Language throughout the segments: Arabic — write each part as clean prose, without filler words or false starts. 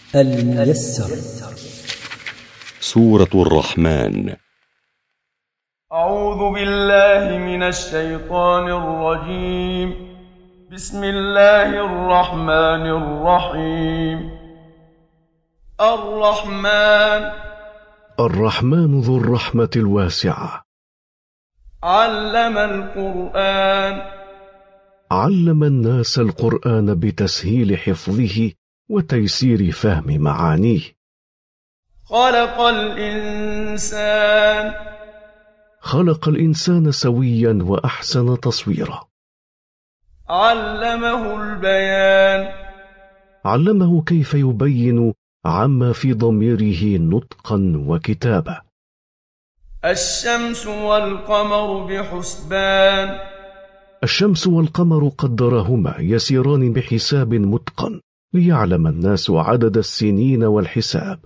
الميسر. سورة الرحمن. أعوذ بالله من الشيطان الرجيم. بسم الله الرحمن الرحيم. الرحمن. الرحمن ذو الرحمة الواسعة. علم القرآن. علم الناس القرآن بتسهيل حفظه وتيسير فهم معانيه. خلق الإنسان. خلق الإنسان سويا وأحسن تصويرا. علمه البيان. علمه كيف يبين عما في ضميره نطقا وكتابة. الشمس والقمر بحسبان. الشمس والقمر قدرهما يسيران بحساب متقن ليعلم الناس عدد السنين والحساب.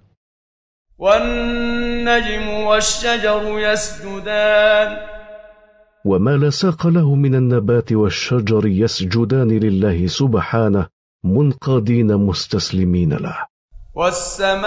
والنجم والشجر يسجدان. وما لا ساق له من النبات والشجر يسجدان لله سبحانه منقادين مستسلمين له. والسماء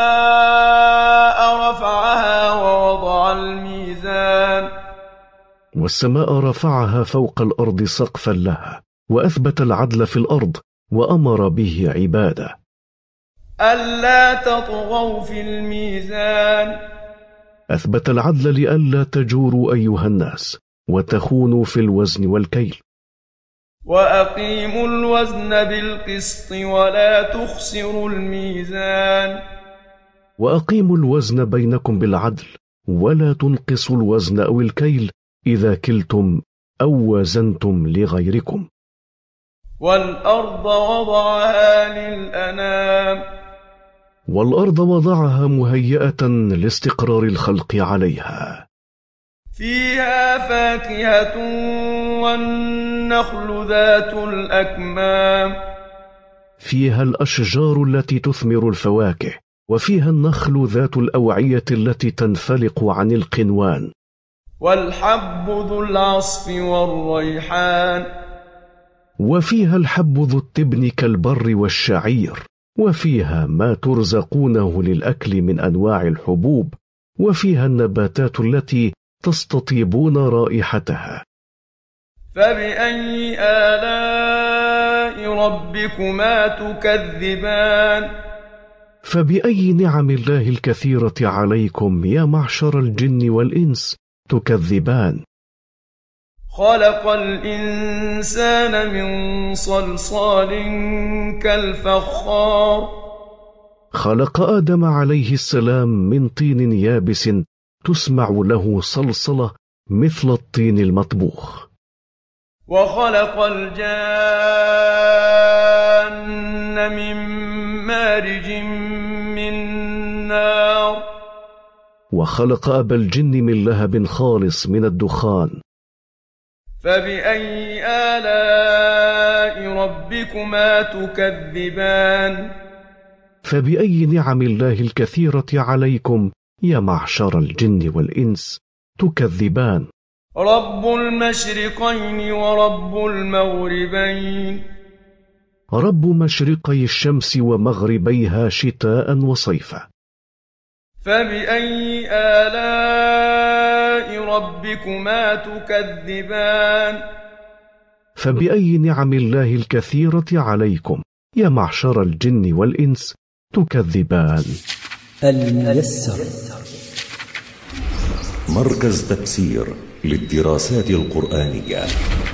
رفعها ووضع الميزان. والسماء رفعها فوق الأرض سقفا لها وأثبت العدل في الأرض وأمر به عباده. ألا تطغوا في الميزان. أثبت العدل لئلا تجوروا أيها الناس وتخونوا في الوزن والكيل. وأقيموا الوزن بالقسط ولا تخسروا الميزان. وأقيموا الوزن بينكم بالعدل ولا تنقصوا الوزن أو الكيل إذا كلتم أو وزنتم لغيركم. والأرض وضعها للأنام. والأرض وضعها مهيئة لاستقرار الخلق عليها. فيها فاكهة والنخل ذات الأكمام. فيها الأشجار التي تثمر الفواكه وفيها النخل ذات الأوعية التي تنفلق عن القنوان. والحب ذو العصف والريحان. وفيها الحب ذو التبن كالبر والشعير. وفيها ما ترزقونه للأكل من أنواع الحبوب. وفيها النباتات التي تستطيبون رائحتها. فبأي آلاء ربكما تكذبان. فبأي نعم الله الكثيرة عليكم يا معشر الجن والإنس تكذبان. خلق الإنسان من صلصال كالفخار. خلق آدم عليه السلام من طين يابس تسمع له صلصلة مثل الطين المطبوخ. وخلق الجان من مارج من نار. وخلق أبا الجن من لهب خالص من الدخان. فبأي آلاء ربكما تكذبان. فبأي نعم الله الكثيرة عليكم يا معشر الجن والإنس تكذبان. رب المشرقين ورب المغربين. رب مشرقي الشمس ومغربيها شتاء وصيفا. فبأي آلاء ربكما تكذبان. فبأي نعم الله الكثيرة عليكم يا معشر الجن والإنس تكذبان. الميسر. مركز تفسير للدراسات القرآنية.